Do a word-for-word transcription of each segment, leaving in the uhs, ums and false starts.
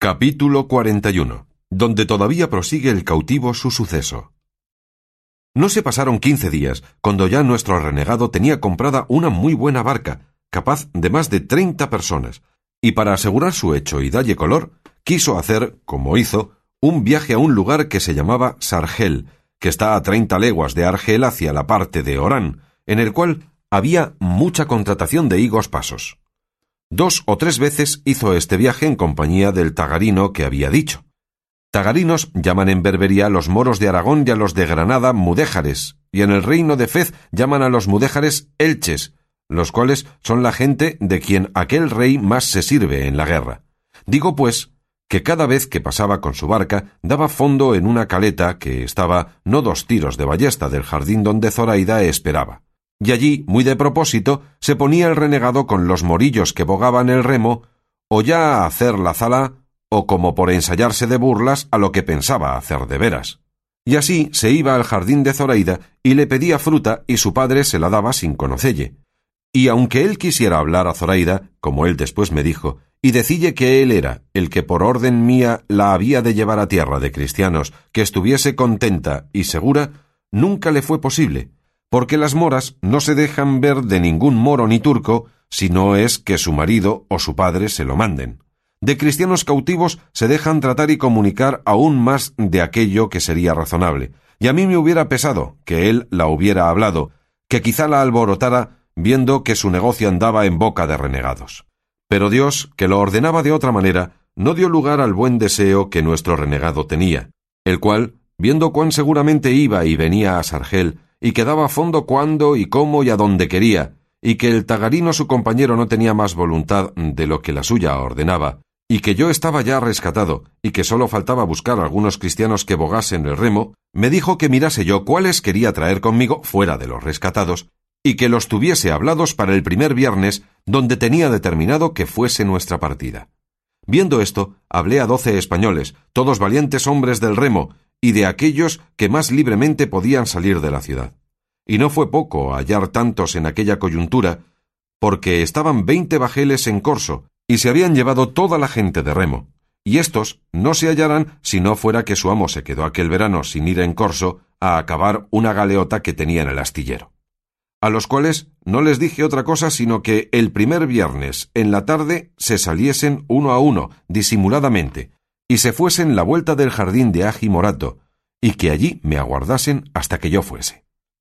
Capítulo cuarenta y uno, donde todavía prosigue el cautivo su suceso. No se pasaron quince días, cuando ya nuestro renegado tenía comprada una muy buena barca, capaz de más de treinta personas, y para asegurar su hecho y dalle color, quiso hacer, como hizo, un viaje a un lugar que se llamaba Sargel, que está a treinta leguas de Argel hacia la parte de Orán, en el cual había mucha contratación de higos pasos. Dos o tres veces hizo este viaje en compañía del tagarino que había dicho. Tagarinos llaman en Berbería a los moros de Aragón y a los de Granada mudéjares, y en el reino de Fez llaman a los mudéjares elches, los cuales son la gente de quien aquel rey más se sirve en la guerra. Digo, pues, que cada vez que pasaba con su barca daba fondo en una caleta que estaba no dos tiros de ballesta del jardín donde Zoraida esperaba. Y allí, muy de propósito, se ponía el renegado con los morillos que bogaban el remo, o ya a hacer la zala, o como por ensayarse de burlas a lo que pensaba hacer de veras. Y así se iba al jardín de Zoraida y le pedía fruta y su padre se la daba sin conocelle. Y aunque él quisiera hablar a Zoraida, como él después me dijo, y decille que él era el que por orden mía la había de llevar a tierra de cristianos, que estuviese contenta y segura, nunca le fue posible, porque las moras no se dejan ver de ningún moro ni turco, si no es que su marido o su padre se lo manden. De cristianos cautivos se dejan tratar y comunicar aún más de aquello que sería razonable, y a mí me hubiera pesado que él la hubiera hablado, que quizá la alborotara viendo que su negocio andaba en boca de renegados. Pero Dios, que lo ordenaba de otra manera, no dio lugar al buen deseo que nuestro renegado tenía, el cual, viendo cuán seguramente iba y venía a Sargel, y que daba fondo cuando y cómo y a donde quería, y que el tagarino su compañero no tenía más voluntad de lo que la suya ordenaba, y que yo estaba ya rescatado, y que sólo faltaba buscar algunos cristianos que bogasen el remo, me dijo que mirase yo cuáles quería traer conmigo fuera de los rescatados, y que los tuviese hablados para el primer viernes, donde tenía determinado que fuese nuestra partida. Viendo esto, hablé a doce españoles, todos valientes hombres del remo, y de aquellos que más libremente podían salir de la ciudad. Y no fue poco hallar tantos en aquella coyuntura, porque estaban veinte bajeles en corso, y se habían llevado toda la gente de remo, y éstos no se hallarán si no fuera que su amo se quedó aquel verano sin ir en corso a acabar una galeota que tenía en el astillero. A los cuales no les dije otra cosa sino que el primer viernes en la tarde se saliesen uno a uno, disimuladamente, y se fuesen la vuelta del jardín de Agi Morato, y que allí me aguardasen hasta que yo fuese.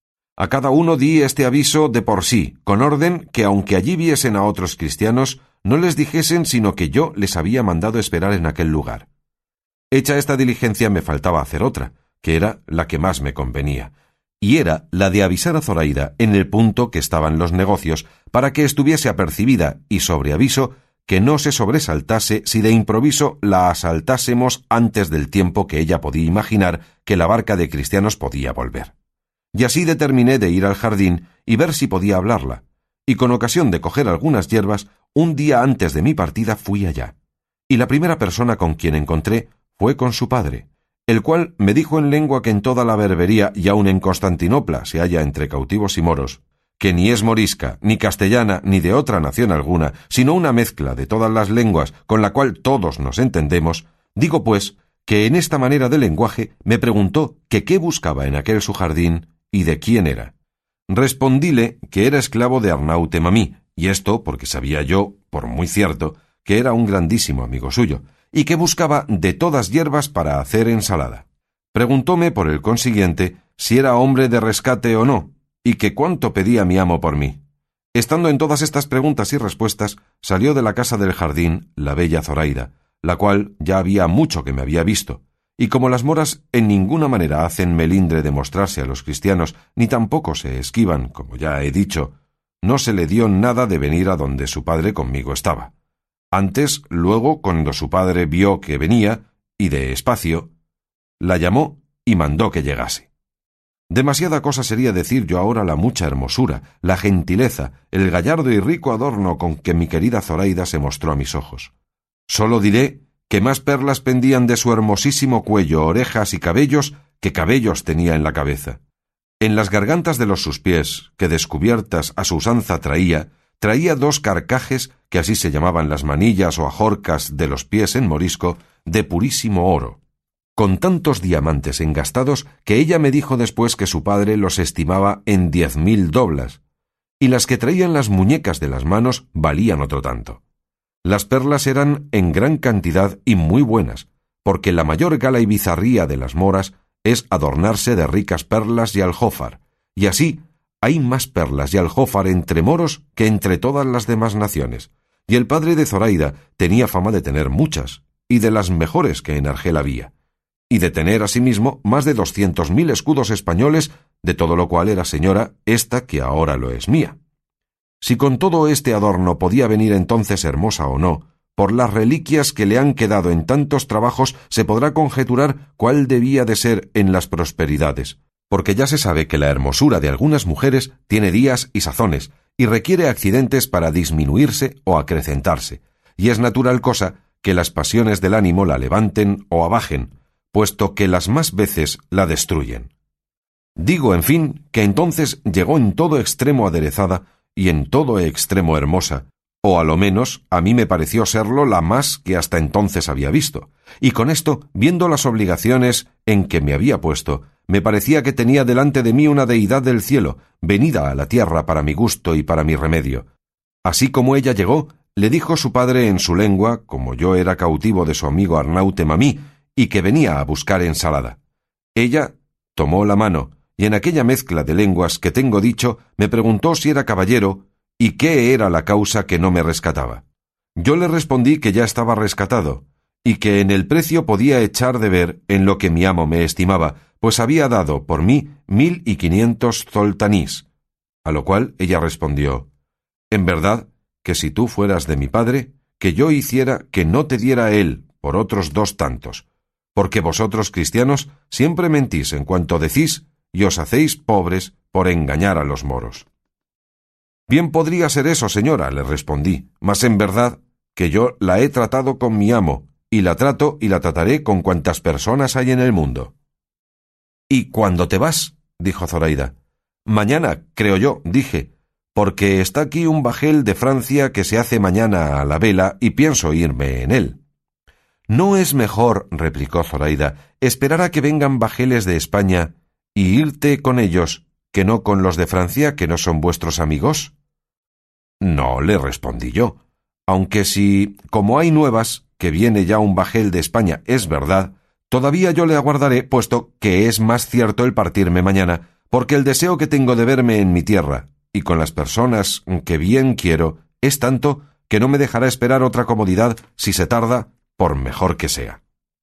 A cada uno di este aviso de por sí, con orden que aunque allí viesen a otros cristianos, no les dijesen sino que yo les había mandado esperar en aquel lugar. Hecha esta diligencia me faltaba hacer otra, que era la que más me convenía, y era la de avisar a Zoraida en el punto que estaban los negocios, para que estuviese apercibida y sobre aviso que no se sobresaltase si de improviso la asaltásemos antes del tiempo que ella podía imaginar que la barca de cristianos podía volver. Y así determiné de ir al jardín y ver si podía hablarla, y con ocasión de coger algunas hierbas, un día antes de mi partida fui allá, y la primera persona con quien encontré fue con su padre, el cual me dijo en lengua que en toda la Berbería y aun en Constantinopla se halla entre cautivos y moros, que ni es morisca, ni castellana, ni de otra nación alguna, sino una mezcla de todas las lenguas con la cual todos nos entendemos, digo pues que en esta manera de lenguaje me preguntó que qué buscaba en aquel su jardín y de quién era. Respondíle que era esclavo de Arnau Temamí, y esto porque sabía yo, por muy cierto, que era un grandísimo amigo suyo, y que buscaba de todas hierbas para hacer ensalada. Preguntóme por el consiguiente si era hombre de rescate o no, y que cuánto pedía mi amo por mí. Estando en todas estas preguntas y respuestas, salió de la casa del jardín la bella Zoraida, la cual ya había mucho que me había visto, y como las moras en ninguna manera hacen melindre de mostrarse a los cristianos, ni tampoco se esquivan, como ya he dicho, no se le dio nada de venir a donde su padre conmigo estaba. Antes, luego, cuando su padre vio que venía, y de espacio, la llamó y mandó que llegase. Demasiada cosa sería decir yo ahora la mucha hermosura, la gentileza, el gallardo y rico adorno con que mi querida Zoraida se mostró a mis ojos. Solo diré que más perlas pendían de su hermosísimo cuello, orejas y cabellos que cabellos tenía en la cabeza. En las gargantas de los sus pies, que descubiertas a su usanza traía, traía dos carcajes, que así se llamaban las manillas o ajorcas de los pies en morisco, de purísimo oro, con tantos diamantes engastados que ella me dijo después que su padre los estimaba en diez mil doblas, y las que traían las muñecas de las manos valían otro tanto. Las perlas eran en gran cantidad y muy buenas, porque la mayor gala y bizarría de las moras es adornarse de ricas perlas y aljófar, y así hay más perlas y aljófar entre moros que entre todas las demás naciones, y el padre de Zoraida tenía fama de tener muchas, y de las mejores que en Argel había, y de tener asimismo más de doscientos mil escudos españoles, de todo lo cual era señora esta que ahora lo es mía. Si con todo este adorno podía venir entonces hermosa o no, por las reliquias que le han quedado en tantos trabajos se podrá conjeturar cuál debía de ser en las prosperidades, porque ya se sabe que la hermosura de algunas mujeres tiene días y sazones, y requiere accidentes para disminuirse o acrecentarse, y es natural cosa que las pasiones del ánimo la levanten o abajen, puesto que las más veces la destruyen. Digo, en fin, que entonces llegó en todo extremo aderezada y en todo extremo hermosa, o a lo menos a mí me pareció serlo la más que hasta entonces había visto, y con esto, viendo las obligaciones en que me había puesto, me parecía que tenía delante de mí una deidad del cielo, venida a la tierra para mi gusto y para mi remedio. Así como ella llegó, le dijo su padre en su lengua, como yo era cautivo de su amigo Arnaute Mamí, y que venía a buscar ensalada. Ella tomó la mano, y en aquella mezcla de lenguas que tengo dicho, me preguntó si era caballero, y qué era la causa que no me rescataba. Yo le respondí que ya estaba rescatado, y que en el precio podía echar de ver en lo que mi amo me estimaba, pues había dado por mí mil y quinientos zoltanís. A lo cual ella respondió, en verdad, que si tú fueras de mi padre, que yo hiciera que no te diera él por otros dos tantos, porque vosotros cristianos siempre mentís en cuanto decís y os hacéis pobres por engañar a los moros. Bien podría ser eso, señora, le respondí, mas en verdad que yo la he tratado con mi amo, y la trato y la trataré con cuantas personas hay en el mundo. ¿Y cuándo te vas?, dijo Zoraida. Mañana, creo yo, dije, porque está aquí un bajel de Francia que se hace mañana a la vela y pienso irme en él. ¿No es mejor, replicó Zoraida, esperar a que vengan bajeles de España y irte con ellos que no con los de Francia, que no son vuestros amigos? No, le respondí yo, aunque si, como hay nuevas, que viene ya un bajel de España, es verdad, todavía yo le aguardaré, puesto que es más cierto el partirme mañana, porque el deseo que tengo de verme en mi tierra, y con las personas que bien quiero, es tanto que no me dejará esperar otra comodidad si se tarda, por mejor que sea.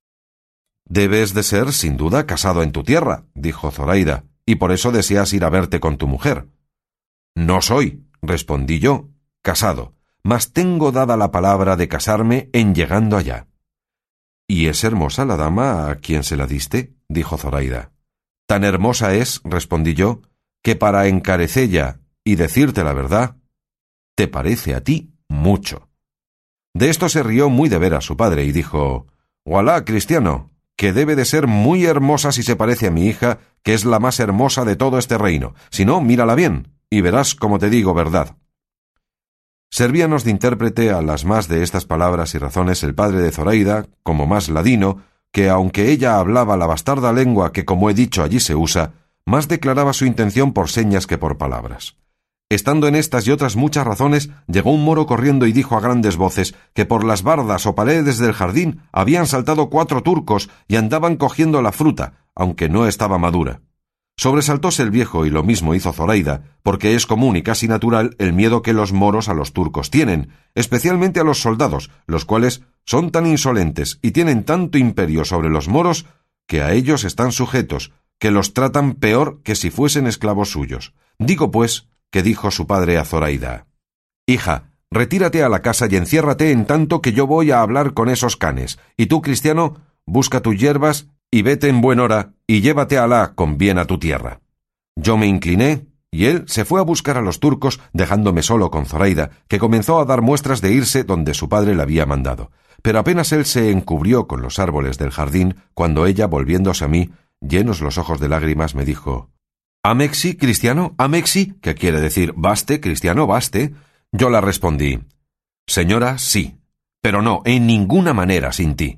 Debes de ser, sin duda, casado en tu tierra, dijo Zoraida, y por eso deseas ir a verte con tu mujer. No soy, respondí yo, casado, mas tengo dada la palabra de casarme en llegando allá. ¿Y es hermosa la dama a quien se la diste?, dijo Zoraida. Tan hermosa es, respondí yo, que para encarecella y decirte la verdad, te parece a ti mucho. De esto se rió muy de veras su padre y dijo, «Gualá, cristiano, que debe de ser muy hermosa si se parece a mi hija, que es la más hermosa de todo este reino. Si no, mírala bien, y verás como te digo verdad». Servíanos de intérprete a las más de estas palabras y razones el padre de Zoraida, como más ladino, que aunque ella hablaba la bastarda lengua que, como he dicho, allí se usa, más declaraba su intención por señas que por palabras. Estando en estas y otras muchas razones, llegó un moro corriendo y dijo a grandes voces que por las bardas o paredes del jardín habían saltado cuatro turcos y andaban cogiendo la fruta, aunque no estaba madura. Sobresaltóse el viejo y lo mismo hizo Zoraida, porque es común y casi natural el miedo que los moros a los turcos tienen, especialmente a los soldados, los cuales son tan insolentes y tienen tanto imperio sobre los moros que a ellos están sujetos, que los tratan peor que si fuesen esclavos suyos. Digo, pues, que dijo su padre a Zoraida, «Hija, retírate a la casa y enciérrate en tanto que yo voy a hablar con esos canes, y tú, cristiano, busca tus hierbas y vete en buen hora y llévate a Alá con bien a tu tierra». Yo me incliné, y él se fue a buscar a los turcos, dejándome solo con Zoraida, que comenzó a dar muestras de irse donde su padre le había mandado. Pero apenas él se encubrió con los árboles del jardín, cuando ella, volviéndose a mí, llenos los ojos de lágrimas, me dijo, «¿Amexi, cristiano? ¿Amexi?» ¿Qué quiere decir «baste, cristiano, baste?» Yo la respondí, «Señora, sí, pero no, en ninguna manera sin ti».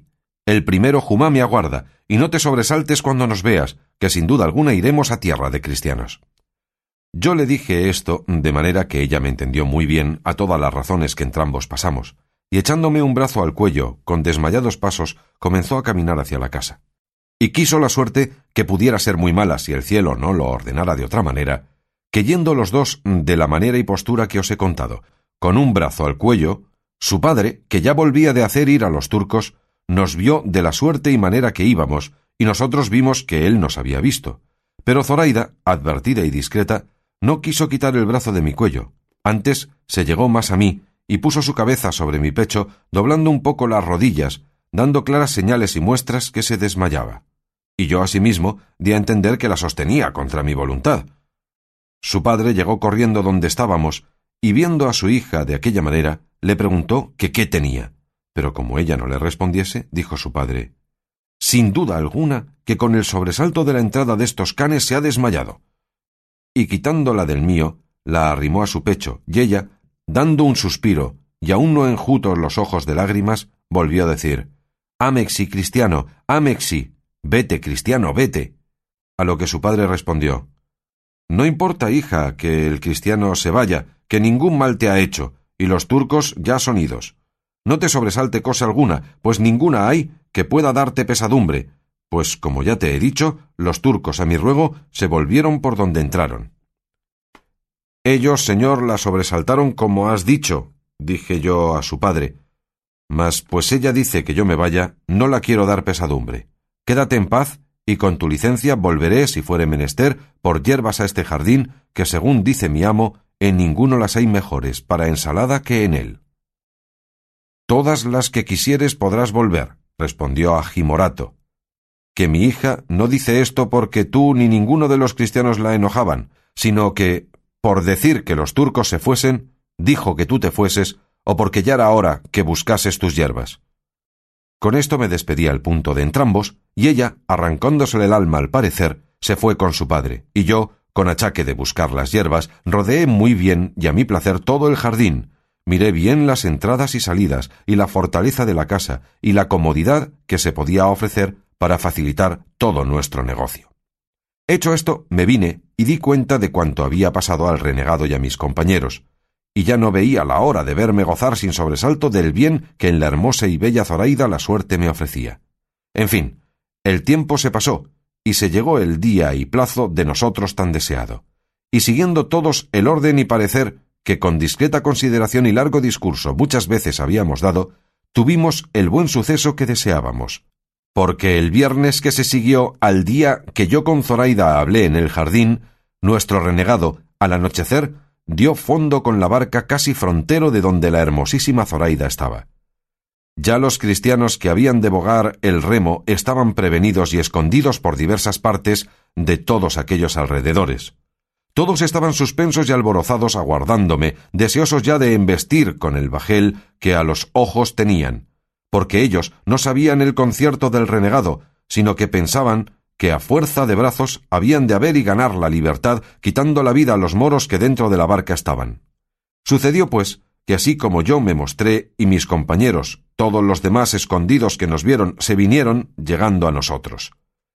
El primero Jumá me aguarda, y no te sobresaltes cuando nos veas, que sin duda alguna iremos a tierra de cristianos». Yo le dije esto de manera que ella me entendió muy bien a todas las razones que entrambos pasamos, y echándome un brazo al cuello, con desmayados pasos, comenzó a caminar hacia la casa. Y quiso la suerte, que pudiera ser muy mala si el cielo no lo ordenara de otra manera, que yendo los dos de la manera y postura que os he contado, con un brazo al cuello, su padre, que ya volvía de hacer ir a los turcos, nos vio de la suerte y manera que íbamos, y nosotros vimos que él nos había visto. Pero Zoraida, advertida y discreta, no quiso quitar el brazo de mi cuello. Antes se llegó más a mí, y puso su cabeza sobre mi pecho, doblando un poco las rodillas, dando claras señales y muestras que se desmayaba. Y yo asimismo di a entender que la sostenía contra mi voluntad. Su padre llegó corriendo donde estábamos, y viendo a su hija de aquella manera, le preguntó que qué tenía. Pero como ella no le respondiese, dijo su padre: «Sin duda alguna que con el sobresalto de la entrada de estos canes se ha desmayado». Y quitándola del mío, la arrimó a su pecho, y ella, dando un suspiro, y aún no enjutos los ojos de lágrimas, volvió a decir: «Amexi, cristiano, amexi, vete, cristiano, vete». A lo que su padre respondió: «No importa, hija, que el cristiano se vaya, que ningún mal te ha hecho, y los turcos ya son idos. No te sobresalte cosa alguna, pues ninguna hay que pueda darte pesadumbre, pues, como ya te he dicho, los turcos, a mi ruego, se volvieron por donde entraron». «Ellos, señor, la sobresaltaron como has dicho», dije yo a su padre, «mas pues ella dice que yo me vaya, no la quiero dar pesadumbre. Quédate en paz, y con tu licencia volveré, si fuere menester, por hierbas a este jardín, que según dice mi amo, en ninguno las hay mejores para ensalada que en él». «Todas las que quisieres podrás volver», respondió Agimorato. «Que mi hija no dice esto porque tú ni ninguno de los cristianos la enojaban, sino que, por decir que los turcos se fuesen, dijo que tú te fueses, o porque ya era hora que buscases tus hierbas». Con esto me despedí al punto de entrambos, y ella, arrancándosele el alma al parecer, se fue con su padre, y yo, con achaque de buscar las hierbas, rodeé muy bien y a mi placer todo el jardín, miré bien las entradas y salidas, y la fortaleza de la casa, y la comodidad que se podía ofrecer para facilitar todo nuestro negocio. Hecho esto, me vine y di cuenta de cuanto había pasado al renegado y a mis compañeros, y ya no veía la hora de verme gozar sin sobresalto del bien que en la hermosa y bella Zoraida la suerte me ofrecía. En fin, el tiempo se pasó, y se llegó el día y plazo de nosotros tan deseado, y siguiendo todos el orden y parecer que con discreta consideración y largo discurso muchas veces habíamos dado, tuvimos el buen suceso que deseábamos, porque el viernes que se siguió al día que yo con Zoraida hablé en el jardín, nuestro renegado, al anochecer, dio fondo con la barca casi frontero de donde la hermosísima Zoraida estaba. Ya los cristianos que habían de bogar el remo estaban prevenidos y escondidos por diversas partes de todos aquellos alrededores. Todos estaban suspensos y alborozados aguardándome, deseosos ya de embestir con el bajel que a los ojos tenían, porque ellos no sabían el concierto del renegado, sino que pensaban que a fuerza de brazos habían de haber y ganar la libertad, quitando la vida a los moros que dentro de la barca estaban. Sucedió, pues, que así como yo me mostré y mis compañeros, todos los demás escondidos que nos vieron, se vinieron llegando a nosotros.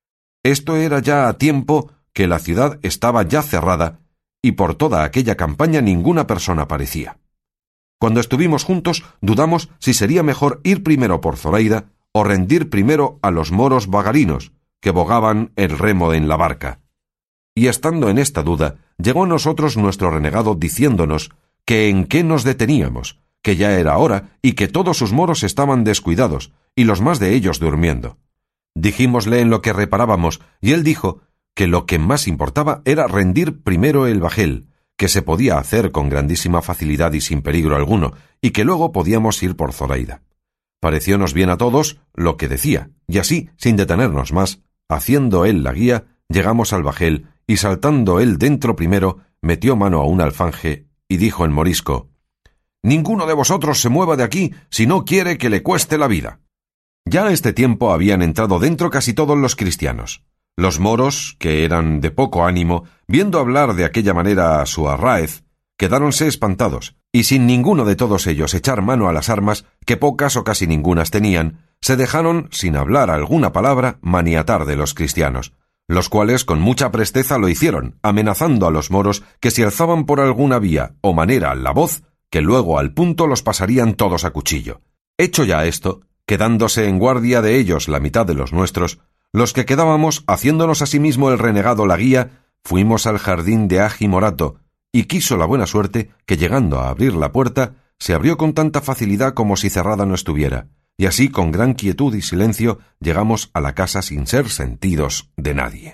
Esto era ya a tiempo que la ciudad estaba ya cerrada, y por toda aquella campaña ninguna persona parecía. Cuando estuvimos juntos, dudamos si sería mejor ir primero por Zoraida o rendir primero a los moros vagarinos, que bogaban el remo en la barca. Y estando en esta duda, llegó a nosotros nuestro renegado diciéndonos que en qué nos deteníamos, que ya era hora y que todos sus moros estaban descuidados, y los más de ellos durmiendo. Dijímosle en lo que reparábamos, y él dijo que lo que más importaba era rendir primero el bajel, que se podía hacer con grandísima facilidad y sin peligro alguno, y que luego podíamos ir por Zoraida. Pareciónos bien a todos lo que decía, y así, sin detenernos más, haciendo él la guía, llegamos al bajel, y saltando él dentro primero, metió mano a un alfanje, y dijo en morisco: «Ninguno de vosotros se mueva de aquí si no quiere que le cueste la vida». Ya a este tiempo habían entrado dentro casi todos los cristianos. Los moros, que eran de poco ánimo, viendo hablar de aquella manera a su arráez, quedáronse espantados, y sin ninguno de todos ellos echar mano a las armas, que pocas o casi ningunas tenían, se dejaron, sin hablar alguna palabra, maniatar de los cristianos, los cuales con mucha presteza lo hicieron, amenazando a los moros que si alzaban por alguna vía o manera la voz, que luego al punto los pasarían todos a cuchillo. Hecho ya esto, quedándose en guardia de ellos la mitad de los nuestros, los que quedábamos, haciéndonos asimismo el renegado la guía, fuimos al jardín de Agi Morato, y quiso la buena suerte que, llegando a abrir la puerta, se abrió con tanta facilidad como si cerrada no estuviera, y así con gran quietud y silencio llegamos a la casa sin ser sentidos de nadie.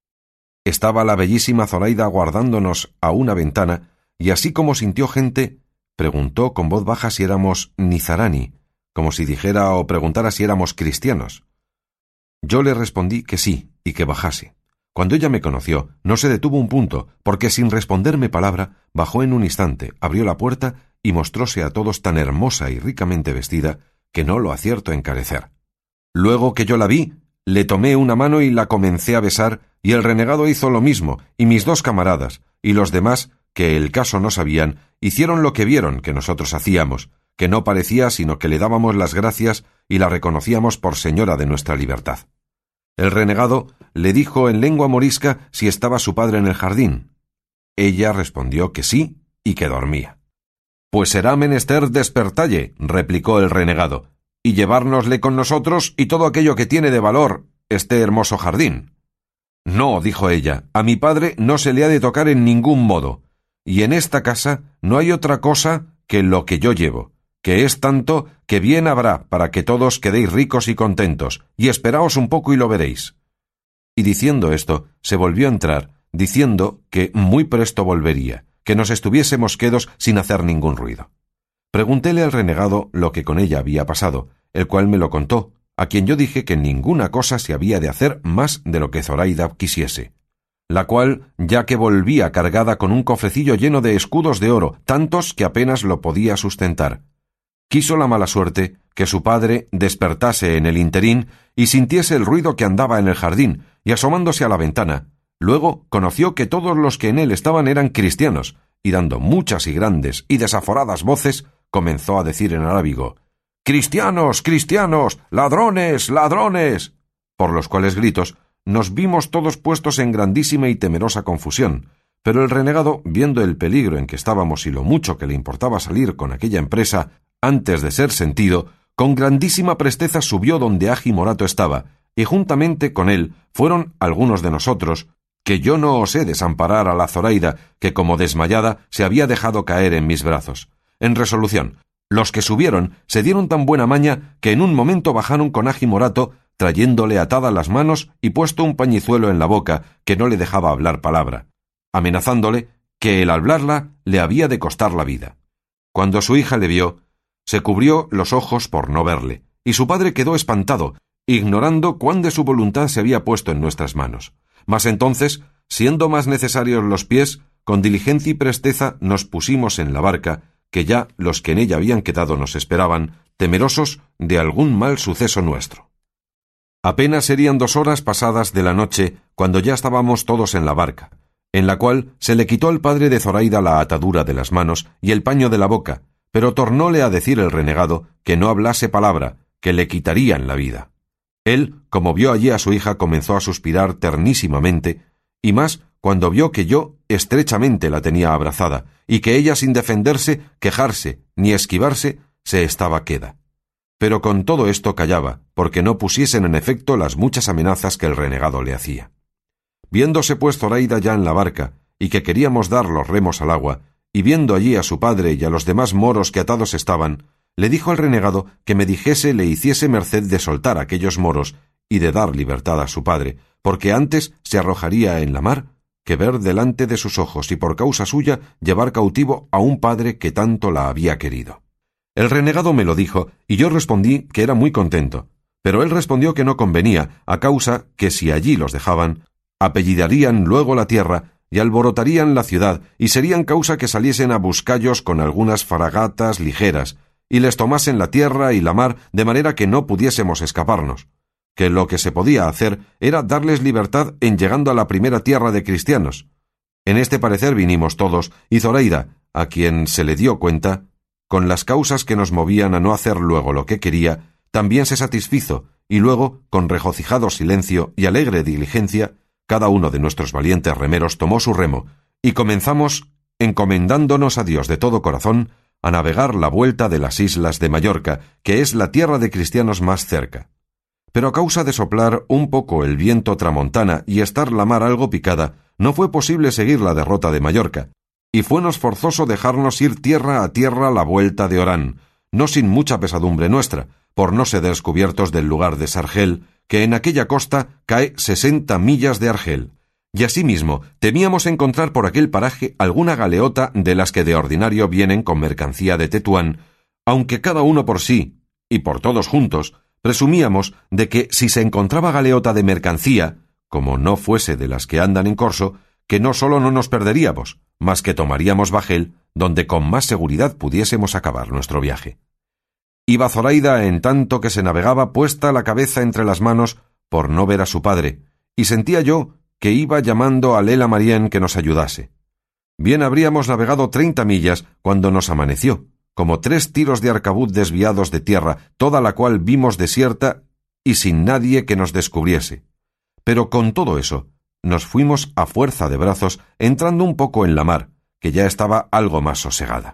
Estaba la bellísima Zoraida aguardándonos a una ventana, y así como sintió gente, preguntó con voz baja si éramos nizarani, como si dijera o preguntara si éramos cristianos. Yo le respondí que sí, y que bajase. Cuando ella me conoció, no se detuvo un punto, porque sin responderme palabra, bajó en un instante, abrió la puerta y mostróse a todos tan hermosa y ricamente vestida, que no lo acierto a encarecer. Luego que yo la vi, le tomé una mano y la comencé a besar, y el renegado hizo lo mismo, y mis dos camaradas, y los demás, que el caso no sabían, hicieron lo que vieron que nosotros hacíamos, que no parecía sino que le dábamos las gracias y la reconocíamos por señora de nuestra libertad. El renegado le dijo en lengua morisca si estaba su padre en el jardín. Ella respondió que sí y que dormía. «Pues será menester despertalle», replicó el renegado, «y llevárnosle con nosotros y todo aquello que tiene de valor este hermoso jardín». «No», dijo ella, «a mi padre no se le ha de tocar en ningún modo, y en esta casa no hay otra cosa que lo que yo llevo, que es tanto que bien habrá para que todos quedéis ricos y contentos, y esperaos un poco y lo veréis». Y diciendo esto, se volvió a entrar, diciendo que muy presto volvería, que nos estuviésemos quedos sin hacer ningún ruido. Preguntéle al renegado lo que con ella había pasado, el cual me lo contó, a quien yo dije que ninguna cosa se había de hacer más de lo que Zoraida quisiese, la cual, ya que volvía cargada con un cofrecillo lleno de escudos de oro, tantos que apenas lo podía sustentar, quiso la mala suerte que su padre despertase en el interín y sintiese el ruido que andaba en el jardín, y asomándose a la ventana, luego conoció que todos los que en él estaban eran cristianos, y dando muchas y grandes y desaforadas voces, comenzó a decir en arábigo: «¡Cristianos, cristianos! ¡Ladrones, ladrones!», por los cuales gritos nos vimos todos puestos en grandísima y temerosa confusión, pero el renegado, viendo el peligro en que estábamos y lo mucho que le importaba salir con aquella empresa antes de ser sentido, con grandísima presteza subió donde Agi Morato estaba, y juntamente con él fueron algunos de nosotros, que yo no osé desamparar a la Zoraida, que como desmayada se había dejado caer en mis brazos. En resolución, los que subieron se dieron tan buena maña que en un momento bajaron con Agi Morato, trayéndole atadas las manos y puesto un pañizuelo en la boca que no le dejaba hablar palabra, amenazándole que el hablarla le había de costar la vida. Cuando su hija le vio, se cubrió los ojos por no verle, y su padre quedó espantado, ignorando cuán de su voluntad se había puesto en nuestras manos. Mas entonces, siendo más necesarios los pies, con diligencia y presteza nos pusimos en la barca, que ya los que en ella habían quedado nos esperaban, temerosos de algún mal suceso nuestro. Apenas serían dos horas pasadas de la noche, cuando ya estábamos todos en la barca, en la cual se le quitó al padre de Zoraida la atadura de las manos y el paño de la boca, pero tornóle a decir el renegado que no hablase palabra, que le quitarían la vida. Él, como vio allí a su hija, comenzó a suspirar ternísimamente, y más cuando vio que yo estrechamente la tenía abrazada, y que ella sin defenderse, quejarse, ni esquivarse, se estaba queda. Pero con todo esto callaba, porque no pusiesen en efecto las muchas amenazas que el renegado le hacía. Viéndose pues Zoraida ya en la barca, y que queríamos dar los remos al agua, y viendo allí a su padre y a los demás moros que atados estaban, le dijo al renegado que me dijese le hiciese merced de soltar a aquellos moros y de dar libertad a su padre, porque antes se arrojaría en la mar que ver delante de sus ojos y por causa suya llevar cautivo a un padre que tanto la había querido. El renegado me lo dijo, y yo respondí que era muy contento, pero él respondió que no convenía, a causa que si allí los dejaban, apellidarían luego la tierra y alborotarían la ciudad, y serían causa que saliesen a buscallos con algunas fragatas ligeras, y les tomasen la tierra y la mar, de manera que no pudiésemos escaparnos, que lo que se podía hacer era darles libertad en llegando a la primera tierra de cristianos. En este parecer vinimos todos, y Zoraida, a quien se le dio cuenta, con las causas que nos movían a no hacer luego lo que quería, también se satisfizo, y luego, con regocijado silencio y alegre diligencia, cada uno de nuestros valientes remeros tomó su remo, y comenzamos, encomendándonos a Dios de todo corazón, a navegar la vuelta de las islas de Mallorca, que es la tierra de cristianos más cerca. Pero a causa de soplar un poco el viento tramontana y estar la mar algo picada, no fue posible seguir la derrota de Mallorca, y fuenos forzoso dejarnos ir tierra a tierra la vuelta de Orán, no sin mucha pesadumbre nuestra, por no ser descubiertos del lugar de Sargel, que en aquella costa cae sesenta millas de Argel, y asimismo temíamos encontrar por aquel paraje alguna galeota de las que de ordinario vienen con mercancía de Tetuán, aunque cada uno por sí, y por todos juntos, presumíamos de que si se encontraba galeota de mercancía, como no fuese de las que andan en corso, que no sólo no nos perderíamos, mas que tomaríamos bajel, donde con más seguridad pudiésemos acabar nuestro viaje. Iba Zoraida en tanto que se navegaba puesta la cabeza entre las manos por no ver a su padre, y sentía yo que iba llamando a Lela Marién que nos ayudase. Bien habríamos navegado treinta millas cuando nos amaneció, como tres tiros de arcabuz desviados de tierra, toda la cual vimos desierta y sin nadie que nos descubriese. Pero con todo eso, nos fuimos a fuerza de brazos, entrando un poco en la mar, que ya estaba algo más sosegada.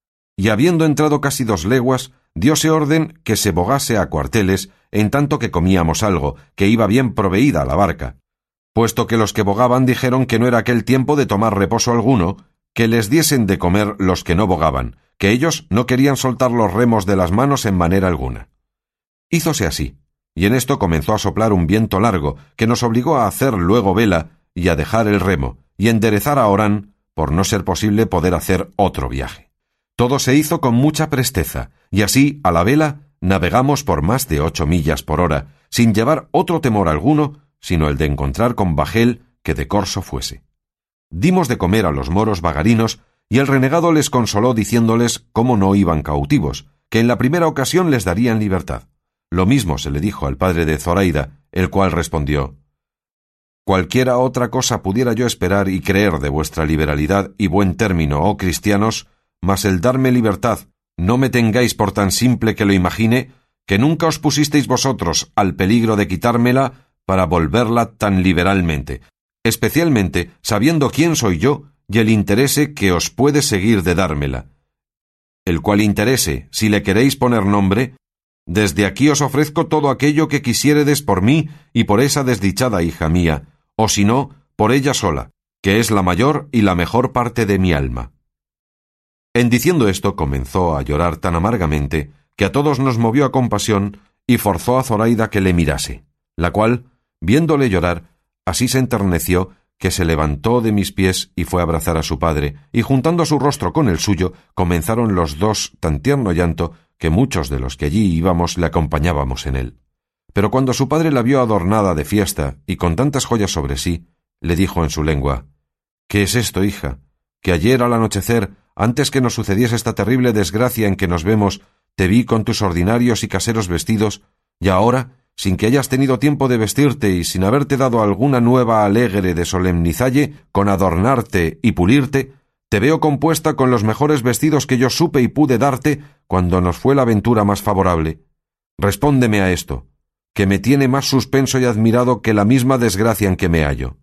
Y habiendo entrado casi dos leguas, dióse orden que se bogase a cuarteles, en tanto que comíamos algo, que iba bien proveída la barca, puesto que los que bogaban dijeron que no era aquel tiempo de tomar reposo alguno, que les diesen de comer los que no bogaban, que ellos no querían soltar los remos de las manos en manera alguna. Hízose así, y en esto comenzó a soplar un viento largo, que nos obligó a hacer luego vela y a dejar el remo, y enderezar a Orán, por no ser posible poder hacer otro viaje. Todo se hizo con mucha presteza, y así, a la vela, navegamos por más de ocho millas por hora, sin llevar otro temor alguno, sino el de encontrar con bajel que de corso fuese. Dimos de comer a los moros vagarinos, y el renegado les consoló diciéndoles cómo no iban cautivos, que en la primera ocasión les darían libertad. Lo mismo se le dijo al padre de Zoraida, el cual respondió: «Cualquiera otra cosa pudiera yo esperar y creer de vuestra liberalidad y buen término, oh cristianos, mas el darme libertad, no me tengáis por tan simple que lo imagine, que nunca os pusisteis vosotros al peligro de quitármela para volverla tan liberalmente, especialmente sabiendo quién soy yo y el interese que os puede seguir de dármela. El cual interese, si le queréis poner nombre, desde aquí os ofrezco todo aquello que quisiéredes por mí y por esa desdichada hija mía, o si no, por ella sola, que es la mayor y la mejor parte de mi alma». En diciendo esto comenzó a llorar tan amargamente que a todos nos movió a compasión y forzó a Zoraida que le mirase, la cual, viéndole llorar, así se enterneció que se levantó de mis pies y fue a abrazar a su padre, y juntando su rostro con el suyo, comenzaron los dos tan tierno llanto que muchos de los que allí íbamos le acompañábamos en él. Pero cuando su padre la vio adornada de fiesta y con tantas joyas sobre sí, le dijo en su lengua: «¿Qué es esto, hija? Que ayer al anochecer, antes que nos sucediese esta terrible desgracia en que nos vemos, te vi con tus ordinarios y caseros vestidos, y ahora, sin que hayas tenido tiempo de vestirte y sin haberte dado alguna nueva alegre de solemnizalle, con adornarte y pulirte, te veo compuesta con los mejores vestidos que yo supe y pude darte cuando nos fue la ventura más favorable. Respóndeme a esto, que me tiene más suspenso y admirado que la misma desgracia en que me hallo».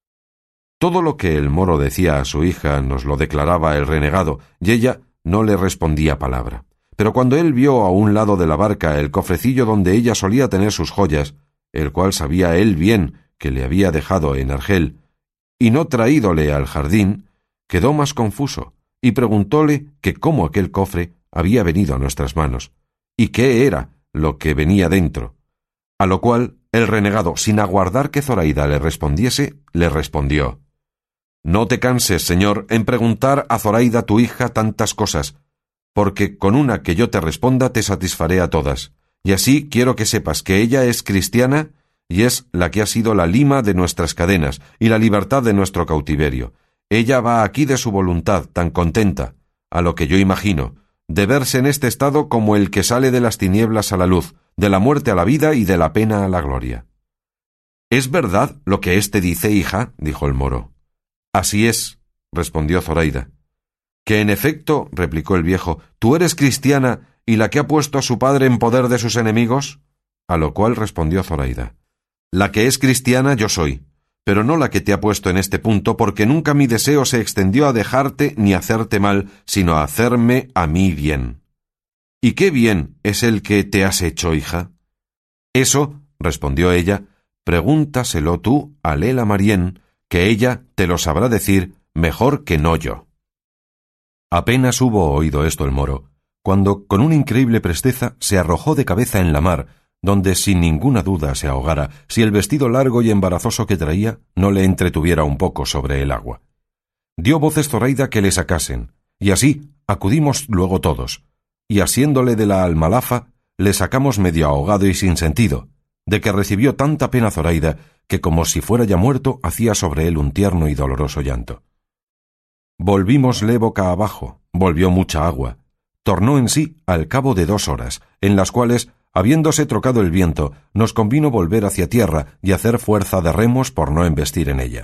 Todo lo que el moro decía a su hija nos lo declaraba el renegado, y ella no le respondía palabra. Pero cuando él vio a un lado de la barca el cofrecillo donde ella solía tener sus joyas, el cual sabía él bien que le había dejado en Argel, y no traídole al jardín, quedó más confuso, y preguntóle que cómo aquel cofre había venido a nuestras manos, y qué era lo que venía dentro. A lo cual el renegado, sin aguardar que Zoraida le respondiese, le respondió: «No te canses, señor, en preguntar a Zoraida tu hija tantas cosas, porque con una que yo te responda te satisfaré a todas, y así quiero que sepas que ella es cristiana y es la que ha sido la lima de nuestras cadenas y la libertad de nuestro cautiverio. Ella va aquí de su voluntad, tan contenta, a lo que yo imagino, de verse en este estado como el que sale de las tinieblas a la luz, de la muerte a la vida y de la pena a la gloria». «¿Es verdad lo que éste dice, hija?», dijo el moro. «Así es», respondió Zoraida. «Que en efecto», replicó el viejo, «tú eres cristiana y la que ha puesto a su padre en poder de sus enemigos? A lo cual respondió Zoraida: La que es cristiana yo soy, pero no la que te ha puesto en este punto, porque nunca mi deseo se extendió a dejarte ni a hacerte mal, sino a hacerme a mí bien. ¿Y qué bien es el que te has hecho, hija? Eso, respondió ella, pregúntaselo tú a Lela Marién, que ella te lo sabrá decir mejor que no yo. Apenas hubo oído esto el moro, cuando con una increíble presteza se arrojó de cabeza en la mar, donde sin ninguna duda se ahogara si el vestido largo y embarazoso que traía no le entretuviera un poco sobre el agua. Dio voces Zoraida que le sacasen, y así acudimos luego todos, y asiéndole de la almalafa, le sacamos medio ahogado y sin sentido, de que recibió tanta pena Zoraida que como si fuera ya muerto hacía sobre él un tierno y doloroso llanto. Volvímosle boca abajo, volvió mucha agua, tornó en sí al cabo de dos horas, en las cuales, habiéndose trocado el viento, nos convino volver hacia tierra y hacer fuerza de remos por no embestir en ella.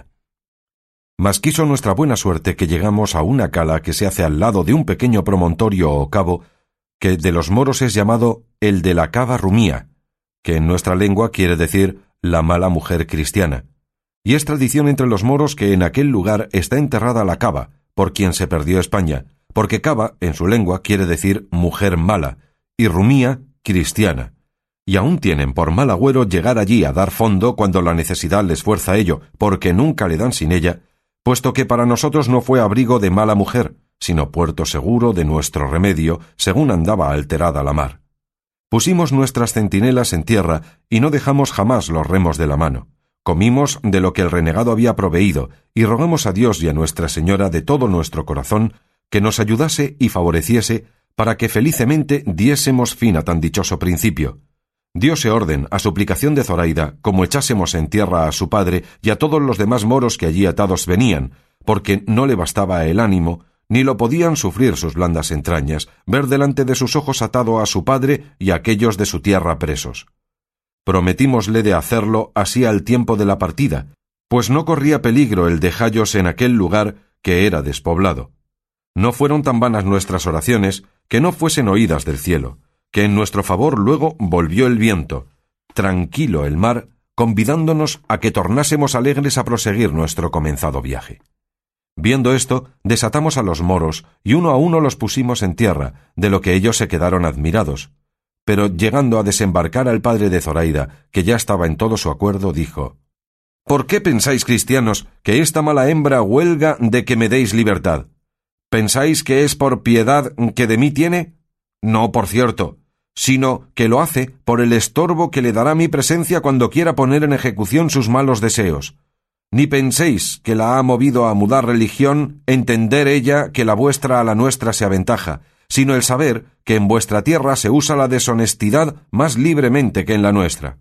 Mas quiso nuestra buena suerte que llegamos a una cala que se hace al lado de un pequeño promontorio o cabo, que de los moros es llamado el de la cava rumía, que en nuestra lengua quiere decir la mala mujer cristiana, y es tradición entre los moros que en aquel lugar está enterrada la cava, por quien se perdió España, porque cava, en su lengua, quiere decir mujer mala, y rumía, cristiana, y aún tienen por mal agüero llegar allí a dar fondo cuando la necesidad les fuerza a ello, porque nunca le dan sin ella, puesto que para nosotros no fue abrigo de mala mujer, sino puerto seguro de nuestro remedio, según andaba alterada la mar. Pusimos nuestras centinelas en tierra y no dejamos jamás los remos de la mano. Comimos de lo que el renegado había proveído y rogamos a Dios y a Nuestra Señora de todo nuestro corazón que nos ayudase y favoreciese para que felicemente diésemos fin a tan dichoso principio. Diose orden a suplicación de Zoraida como echásemos en tierra a su padre y a todos los demás moros que allí atados venían, porque no le bastaba el ánimo, ni lo podían sufrir sus blandas entrañas, ver delante de sus ojos atado a su padre y a aquellos de su tierra presos. Prometímosle de hacerlo así al tiempo de la partida, pues no corría peligro el dejallos en aquel lugar que era despoblado. No fueron tan vanas nuestras oraciones que no fuesen oídas del cielo, que en nuestro favor luego volvió el viento, tranquilo el mar, convidándonos a que tornásemos alegres a proseguir nuestro comenzado viaje. Viendo esto, desatamos a los moros y uno a uno los pusimos en tierra, de lo que ellos se quedaron admirados. Pero llegando a desembarcar al padre de Zoraida, que ya estaba en todo su acuerdo, dijo: ¿Por qué pensáis, cristianos, que esta mala hembra huelga de que me deis libertad? ¿Pensáis que es por piedad que de mí tiene? No, por cierto, sino que lo hace por el estorbo que le dará mi presencia cuando quiera poner en ejecución sus malos deseos. Ni penséis que la ha movido a mudar religión, entender ella que la vuestra a la nuestra se aventaja, sino el saber que en vuestra tierra se usa la deshonestidad más libremente que en la nuestra.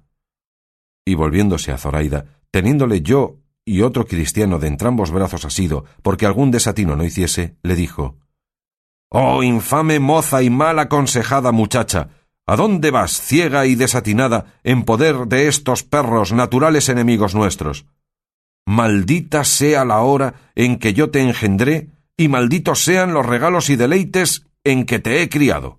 Y volviéndose a Zoraida, teniéndole yo y otro cristiano de entrambos brazos asido, porque algún desatino no hiciese, le dijo: «Oh, infame moza y mal aconsejada muchacha, ¿a dónde vas, ciega y desatinada, en poder de estos perros naturales enemigos nuestros? Maldita sea la hora en que yo te engendré, y malditos sean los regalos y deleites en que te he criado».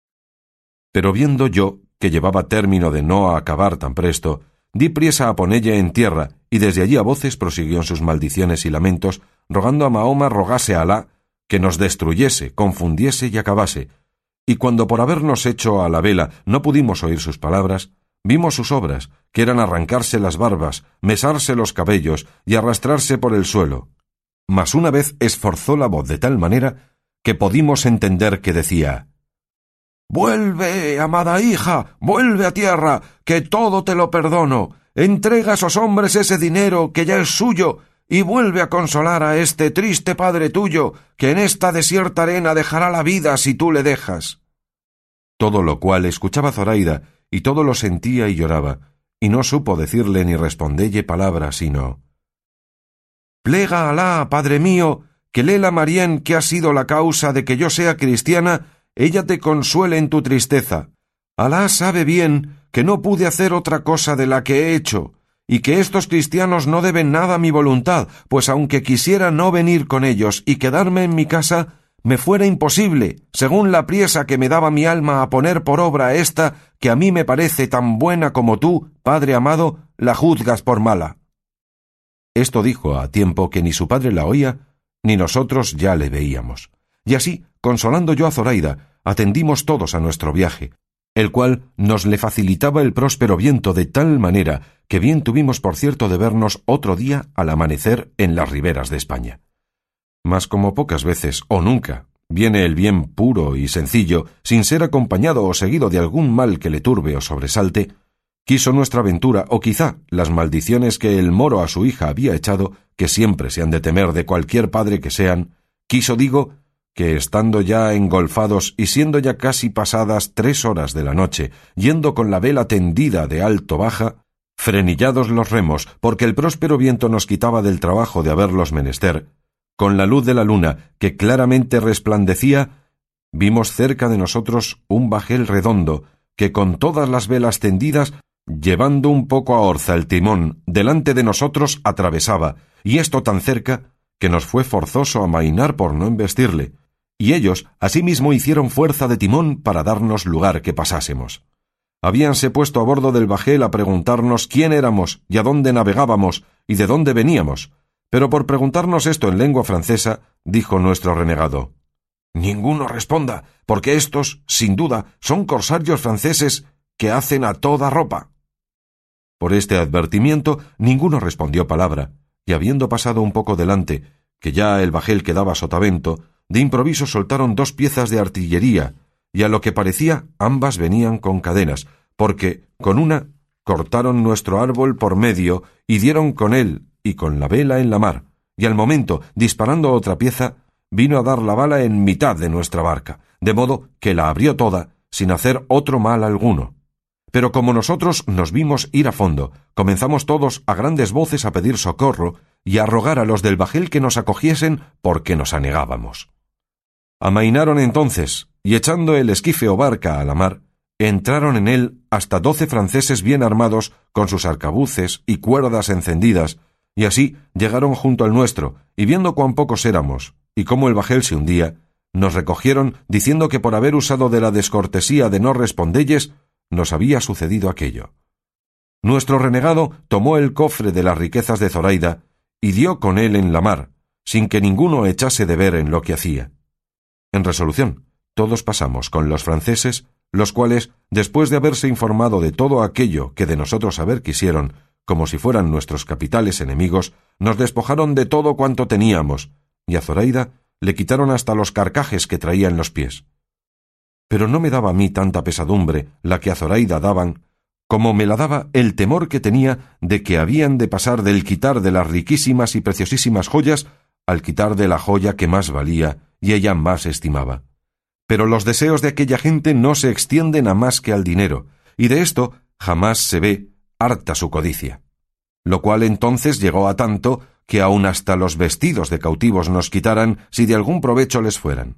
Pero viendo yo que llevaba término de no acabar tan presto, di priesa a ponelle en tierra, y desde allí a voces prosiguió en sus maldiciones y lamentos, rogando a Mahoma rogase a Alá que nos destruyese, confundiese y acabase, y cuando por habernos hecho a la vela no pudimos oír sus palabras, vimos sus obras, que eran arrancarse las barbas, mesarse los cabellos y arrastrarse por el suelo. Mas una vez esforzó la voz de tal manera que pudimos entender que decía: «Vuelve, amada hija, vuelve a tierra, que todo te lo perdono. Entrega a esos hombres ese dinero que ya es suyo y vuelve a consolar a este triste padre tuyo, que en esta desierta arena dejará la vida si tú le dejas». Todo lo cual escuchaba Zoraida, y todo lo sentía y lloraba, y no supo decirle ni respondelle palabra, sino: «Plega a Alá, padre mío, que Lela Marién, que ha sido la causa de que yo sea cristiana, ella te consuele en tu tristeza. Alá sabe bien que no pude hacer otra cosa de la que he hecho, y que estos cristianos no deben nada a mi voluntad, pues aunque quisiera no venir con ellos y quedarme en mi casa, me fuera imposible, según la priesa que me daba mi alma a poner por obra esta, que a mí me parece tan buena como tú, padre amado, la juzgas por mala. Esto dijo a tiempo que ni su padre la oía, ni nosotros ya le veíamos. Y así, consolando yo a Zoraida, atendimos todos a nuestro viaje, el cual nos le facilitaba el próspero viento de tal manera que bien tuvimos por cierto de vernos otro día al amanecer en las riberas de España. Mas como pocas veces, o nunca, viene el bien puro y sencillo, sin ser acompañado o seguido de algún mal que le turbe o sobresalte, quiso nuestra ventura, o quizá las maldiciones que el moro a su hija había echado, que siempre se han de temer de cualquier padre que sean, quiso, digo, que estando ya engolfados y siendo ya casi pasadas tres horas de la noche, yendo con la vela tendida de alto baja, frenillados los remos, porque el próspero viento nos quitaba del trabajo de haberlos menester, con la luz de la luna, que claramente resplandecía, vimos cerca de nosotros un bajel redondo, que con todas las velas tendidas, llevando un poco a orza el timón, delante de nosotros atravesaba, y esto tan cerca, que nos fue forzoso amainar por no embestirle, y ellos asimismo hicieron fuerza de timón para darnos lugar que pasásemos. Habíanse puesto a bordo del bajel a preguntarnos quién éramos y a dónde navegábamos y de dónde veníamos, pero por preguntarnos esto en lengua francesa, dijo nuestro renegado: «Ninguno responda, porque estos, sin duda, son corsarios franceses que hacen a toda ropa». Por este advertimiento ninguno respondió palabra, y habiendo pasado un poco delante, que ya el bajel quedaba sotavento, de improviso soltaron dos piezas de artillería, y a lo que parecía ambas venían con cadenas, porque con una cortaron nuestro árbol por medio y dieron con él y con la vela en la mar, y al momento, disparando otra pieza, vino a dar la bala en mitad de nuestra barca, de modo que la abrió toda, sin hacer otro mal alguno. Pero como nosotros nos vimos ir a fondo, comenzamos todos a grandes voces a pedir socorro y a rogar a los del bajel que nos acogiesen porque nos anegábamos. Amainaron entonces, y echando el esquife o barca a la mar, entraron en él hasta doce franceses bien armados con sus arcabuces y cuerdas encendidas, y así llegaron junto al nuestro, y viendo cuán pocos éramos, y cómo el bajel se hundía, nos recogieron diciendo que por haber usado de la descortesía de no respondelles, nos había sucedido aquello. Nuestro renegado tomó el cofre de las riquezas de Zoraida y dio con él en la mar, sin que ninguno echase de ver en lo que hacía. En resolución, todos pasamos con los franceses, los cuales, después de haberse informado de todo aquello que de nosotros saber quisieron, como si fueran nuestros capitales enemigos, nos despojaron de todo cuanto teníamos, y a Zoraida le quitaron hasta los carcajes que traía en los pies. Pero no me daba a mí tanta pesadumbre la que a Zoraida daban, como me la daba el temor que tenía de que habían de pasar del quitar de las riquísimas y preciosísimas joyas al quitar de la joya que más valía y ella más estimaba. Pero los deseos de aquella gente no se extienden a más que al dinero, y de esto jamás se ve harta su codicia. Lo cual entonces llegó a tanto que aun hasta los vestidos de cautivos nos quitaran si de algún provecho les fueran.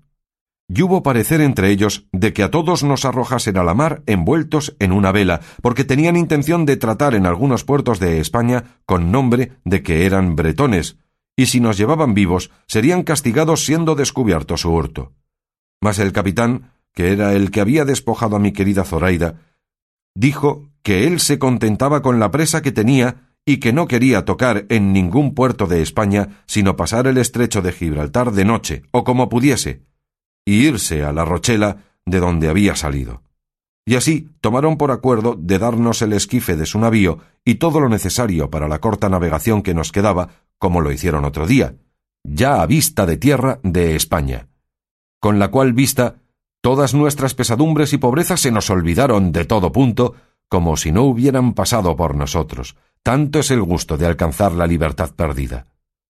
Y hubo parecer entre ellos de que a todos nos arrojasen a la mar envueltos en una vela, porque tenían intención de tratar en algunos puertos de España con nombre de que eran bretones, y si nos llevaban vivos serían castigados siendo descubierto su hurto. Mas el capitán, que era el que había despojado a mi querida Zoraida, dijo que él se contentaba con la presa que tenía y que no quería tocar en ningún puerto de España sino pasar el estrecho de Gibraltar de noche, o como pudiese, y irse a la Rochela de donde había salido. Y así tomaron por acuerdo de darnos el esquife de su navío y todo lo necesario para la corta navegación que nos quedaba, como lo hicieron otro día, ya a vista de tierra de España, con la cual vista todas nuestras pesadumbres y pobrezas se nos olvidaron de todo punto, como si no hubieran pasado por nosotros. Tanto es el gusto de alcanzar la libertad perdida.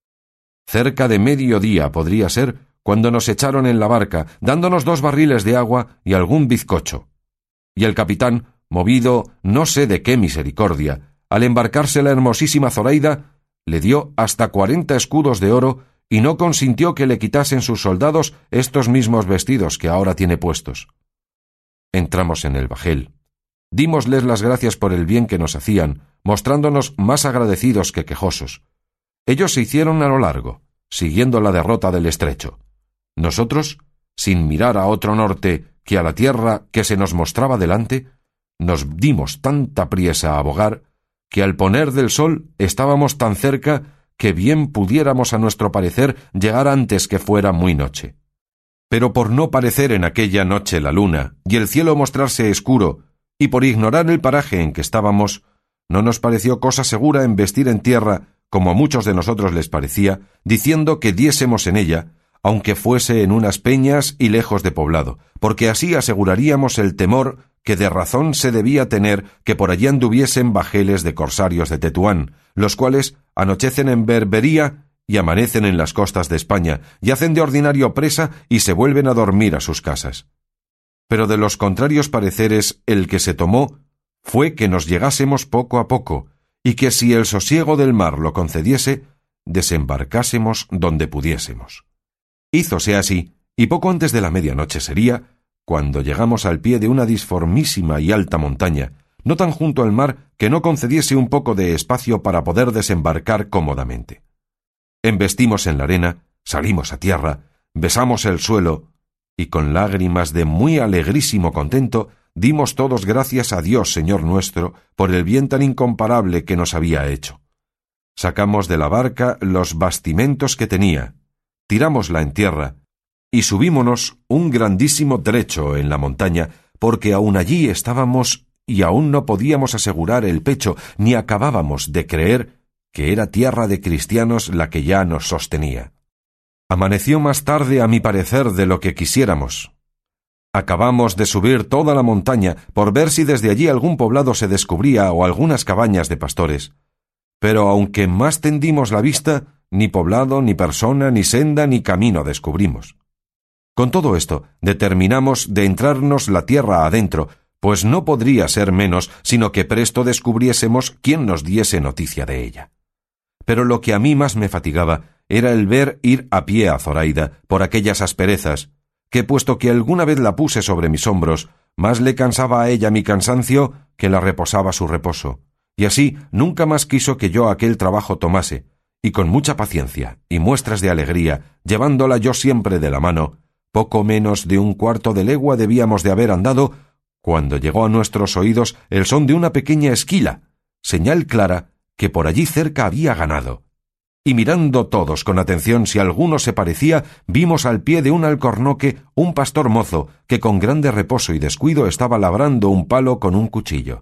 Cerca de mediodía podría ser cuando nos echaron en la barca, dándonos dos barriles de agua y algún bizcocho. Y el capitán, movido no sé de qué misericordia, al embarcarse la hermosísima Zoraida, le dio hasta cuarenta escudos de oro y no consintió que le quitasen sus soldados estos mismos vestidos que ahora tiene puestos. Entramos en el bajel. Dímosles las gracias por el bien que nos hacían, mostrándonos más agradecidos que quejosos. Ellos se hicieron a lo largo, siguiendo la derrota del estrecho. Nosotros sin mirar a otro norte que a la tierra que se nos mostraba delante, nos dimos tanta priesa a bogar, que al poner del sol estábamos tan cerca que bien pudiéramos a nuestro parecer llegar antes que fuera muy noche. Pero por no parecer en aquella noche la luna, y el cielo mostrarse escuro, y por ignorar el paraje en que estábamos, no nos pareció cosa segura embestir en tierra, como a muchos de nosotros les parecía, diciendo que diésemos en ella, aunque fuese en unas peñas y lejos de poblado, porque así aseguraríamos el temor que de razón se debía tener que por allí anduviesen bajeles de corsarios de Tetuán, los cuales anochecen en Berbería y amanecen en las costas de España, y hacen de ordinario presa y se vuelven a dormir a sus casas. Pero de los contrarios pareceres el que se tomó fue que nos llegásemos poco a poco, y que si el sosiego del mar lo concediese, desembarcásemos donde pudiésemos. Hízose así, y poco antes de la medianoche sería, cuando llegamos al pie de una disformísima y alta montaña, no tan junto al mar que no concediese un poco de espacio para poder desembarcar cómodamente. Embestimos en la arena, salimos a tierra, besamos el suelo, y con lágrimas de muy alegrísimo contento, dimos todos gracias a Dios Señor nuestro por el bien tan incomparable que nos había hecho. Sacamos de la barca los bastimentos que tenía, tirámosla en tierra, y subímonos un grandísimo trecho en la montaña, porque aún allí estábamos y aún no podíamos asegurar el pecho, ni acabábamos de creer que era tierra de cristianos la que ya nos sostenía. Amaneció más tarde a mi parecer de lo que quisiéramos. Acabamos de subir toda la montaña por ver si desde allí algún poblado se descubría o algunas cabañas de pastores. Pero aunque más tendimos la vista, ni poblado, ni persona, ni senda, ni camino descubrimos. Con todo esto, determinamos de entrarnos la tierra adentro, pues no podría ser menos, sino que presto descubriésemos quién nos diese noticia de ella. Pero lo que a mí más me fatigaba era el ver ir a pie a Zoraida por aquellas asperezas, que puesto que alguna vez la puse sobre mis hombros, más le cansaba a ella mi cansancio que la reposaba su reposo, y así nunca más quiso que yo aquel trabajo tomase, y con mucha paciencia y muestras de alegría, llevándola yo siempre de la mano, poco menos de un cuarto de legua debíamos de haber andado, cuando llegó a nuestros oídos el son de una pequeña esquila, señal clara que por allí cerca había ganado. Y mirando todos con atención si alguno se parecía, vimos al pie de un alcornoque un pastor mozo que con grande reposo y descuido estaba labrando un palo con un cuchillo.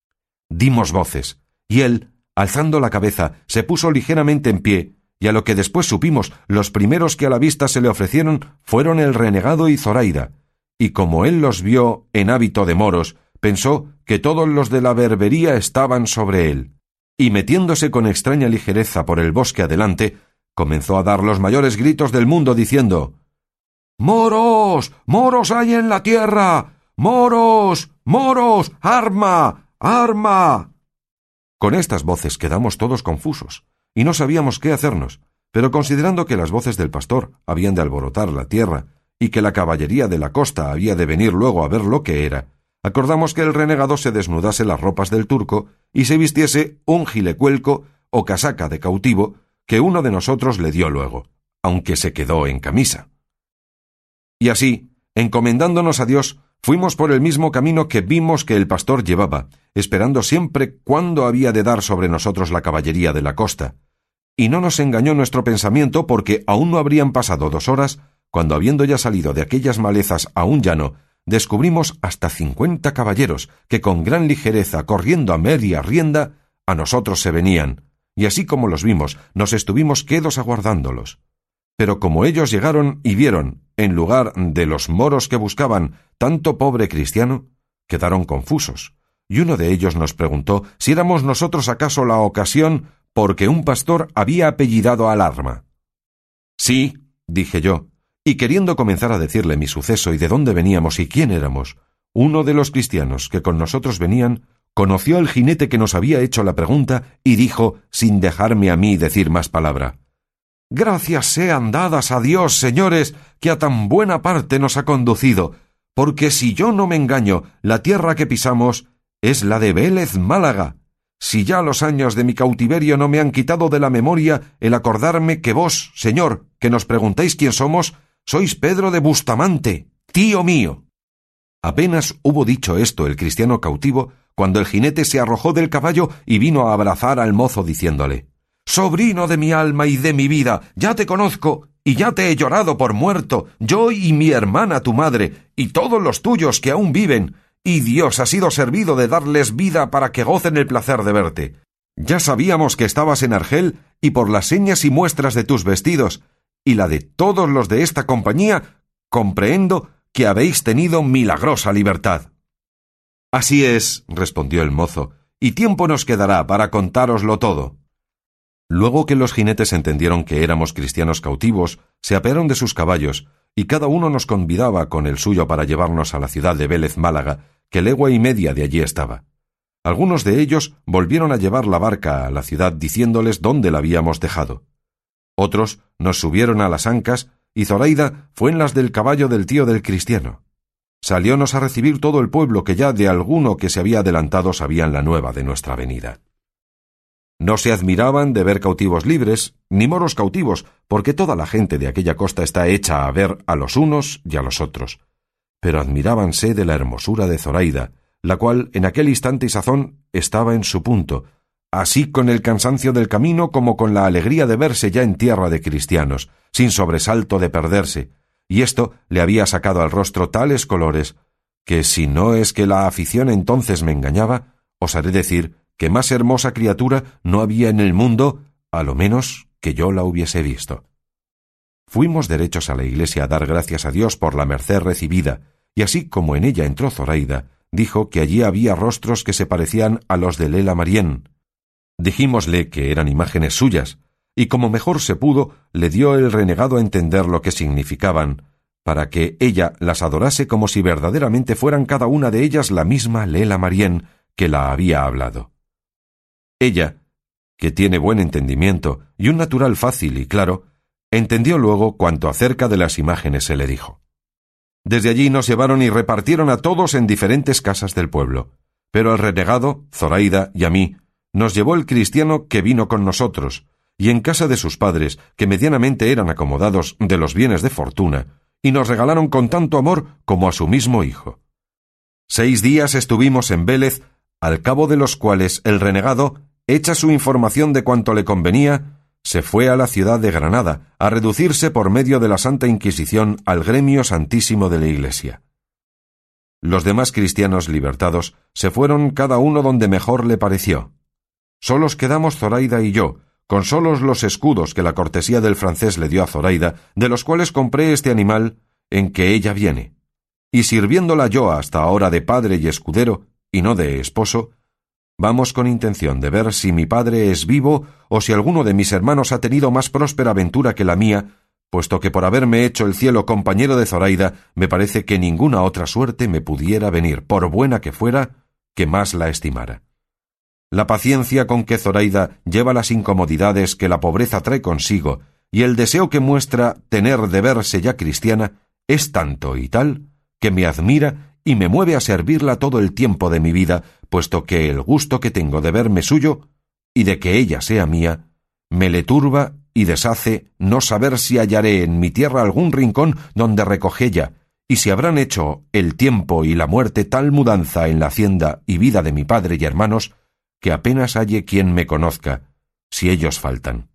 Dimos voces, y él, alzando la cabeza, se puso ligeramente en pie, y a lo que después supimos, los primeros que a la vista se le ofrecieron fueron el renegado y Zoraida, y como él los vio en hábito de moros, pensó que todos los de la berbería estaban sobre él, y metiéndose con extraña ligereza por el bosque adelante, comenzó a dar los mayores gritos del mundo diciendo: «¡Moros! ¡Moros hay en la tierra! ¡Moros! ¡Moros! ¡Arma! ¡Arma!». Con estas voces quedamos todos confusos, y no sabíamos qué hacernos, pero considerando que las voces del pastor habían de alborotar la tierra, y que la caballería de la costa había de venir luego a ver lo que era, acordamos que el renegado se desnudase las ropas del turco y se vistiese un gilecuelco o casaca de cautivo que uno de nosotros le dio luego, aunque se quedó en camisa. Y así, encomendándonos a Dios, fuimos por el mismo camino que vimos que el pastor llevaba, esperando siempre cuándo había de dar sobre nosotros la caballería de la costa. Y no nos engañó nuestro pensamiento porque aún no habrían pasado dos horas, cuando habiendo ya salido de aquellas malezas a un llano, descubrimos hasta cincuenta caballeros que con gran ligereza, corriendo a media rienda, a nosotros se venían, y así como los vimos, nos estuvimos quedos aguardándolos. Pero como ellos llegaron y vieron, en lugar de los moros que buscaban, tanto pobre cristiano, quedaron confusos, y uno de ellos nos preguntó si éramos nosotros acaso la ocasión porque un pastor había apellidado al arma. «Sí», dije yo, y queriendo comenzar a decirle mi suceso y de dónde veníamos y quién éramos, uno de los cristianos que con nosotros venían conoció al jinete que nos había hecho la pregunta y dijo, sin dejarme a mí decir más palabra: «Gracias sean dadas a Dios, señores, que a tan buena parte nos ha conducido, porque si yo no me engaño, la tierra que pisamos es la de Vélez Málaga. Si ya los años de mi cautiverio no me han quitado de la memoria el acordarme que vos, señor, que nos preguntáis quién somos, sois Pedro de Bustamante, tío mío. Apenas hubo dicho esto el cristiano cautivo, cuando el jinete se arrojó del caballo y vino a abrazar al mozo diciéndole: «Sobrino de mi alma y de mi vida, ya te conozco, y ya te he llorado por muerto, yo y mi hermana tu madre, y todos los tuyos que aún viven, y Dios ha sido servido de darles vida para que gocen el placer de verte. Ya sabíamos que estabas en Argel, y por las señas y muestras de tus vestidos, y la de todos los de esta compañía, comprehendo que habéis tenido milagrosa libertad». «Así es», respondió el mozo, «y tiempo nos quedará para contároslo todo». Luego que los jinetes entendieron que éramos cristianos cautivos, se apearon de sus caballos, y cada uno nos convidaba con el suyo para llevarnos a la ciudad de Vélez Málaga, que legua y media de allí estaba. Algunos de ellos volvieron a llevar la barca a la ciudad diciéndoles dónde la habíamos dejado. Otros nos subieron a las ancas, y Zoraida fue en las del caballo del tío del cristiano. Saliónos a recibir todo el pueblo, que ya de alguno que se había adelantado sabían la nueva de nuestra venida. No se admiraban de ver cautivos libres, ni moros cautivos, porque toda la gente de aquella costa está hecha a ver a los unos y a los otros. Pero admirábanse de la hermosura de Zoraida, la cual en aquel instante y sazón estaba en su punto, así con el cansancio del camino como con la alegría de verse ya en tierra de cristianos, sin sobresalto de perderse, y esto le había sacado al rostro tales colores que, si no es que la afición entonces me engañaba, osaré decir que más hermosa criatura no había en el mundo, a lo menos que yo la hubiese visto. Fuimos derechos a la iglesia a dar gracias a Dios por la merced recibida, y así como en ella entró Zoraida, dijo que allí había rostros que se parecían a los de Lela Marién. Dijímosle que eran imágenes suyas, y como mejor se pudo, le dio el renegado a entender lo que significaban, para que ella las adorase como si verdaderamente fueran cada una de ellas la misma Lela Marién que la había hablado. Ella, que tiene buen entendimiento y un natural fácil y claro, entendió luego cuanto acerca de las imágenes se le dijo. Desde allí nos llevaron y repartieron a todos en diferentes casas del pueblo, pero al renegado, Zoraida y a mí, nos llevó el cristiano que vino con nosotros, y en casa de sus padres, que medianamente eran acomodados de los bienes de fortuna, y nos regalaron con tanto amor como a su mismo hijo. Seis días estuvimos en Vélez, al cabo de los cuales el renegado, hecha su información de cuanto le convenía, se fue a la ciudad de Granada, a reducirse por medio de la Santa Inquisición al gremio santísimo de la Iglesia. Los demás cristianos libertados se fueron cada uno donde mejor le pareció. Solos quedamos Zoraida y yo, con solos los escudos que la cortesía del francés le dio a Zoraida, de los cuales compré este animal en que ella viene. Y sirviéndola yo hasta ahora de padre y escudero, y no de esposo, vamos con intención de ver si mi padre es vivo o si alguno de mis hermanos ha tenido más próspera aventura que la mía, puesto que por haberme hecho el cielo compañero de Zoraida, me parece que ninguna otra suerte me pudiera venir, por buena que fuera, que más la estimara. La paciencia con que Zoraida lleva las incomodidades que la pobreza trae consigo y el deseo que muestra tener de verse ya cristiana es tanto y tal que me admira y me mueve a servirla todo el tiempo de mi vida, puesto que el gusto que tengo de verme suyo y de que ella sea mía, me le turba y deshace no saber si hallaré en mi tierra algún rincón donde recogella, y si habrán hecho el tiempo y la muerte tal mudanza en la hacienda y vida de mi padre y hermanos, que apenas halle quien me conozca, si ellos faltan.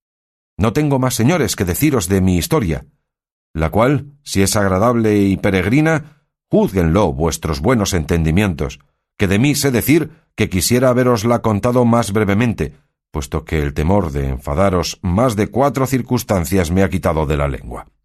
No tengo más, señores, que deciros de mi historia, la cual, si es agradable y peregrina, júzguenlo vuestros buenos entendimientos, que de mí sé decir que quisiera haberosla contado más brevemente, puesto que el temor de enfadaros más de cuatro circunstancias me ha quitado de la lengua.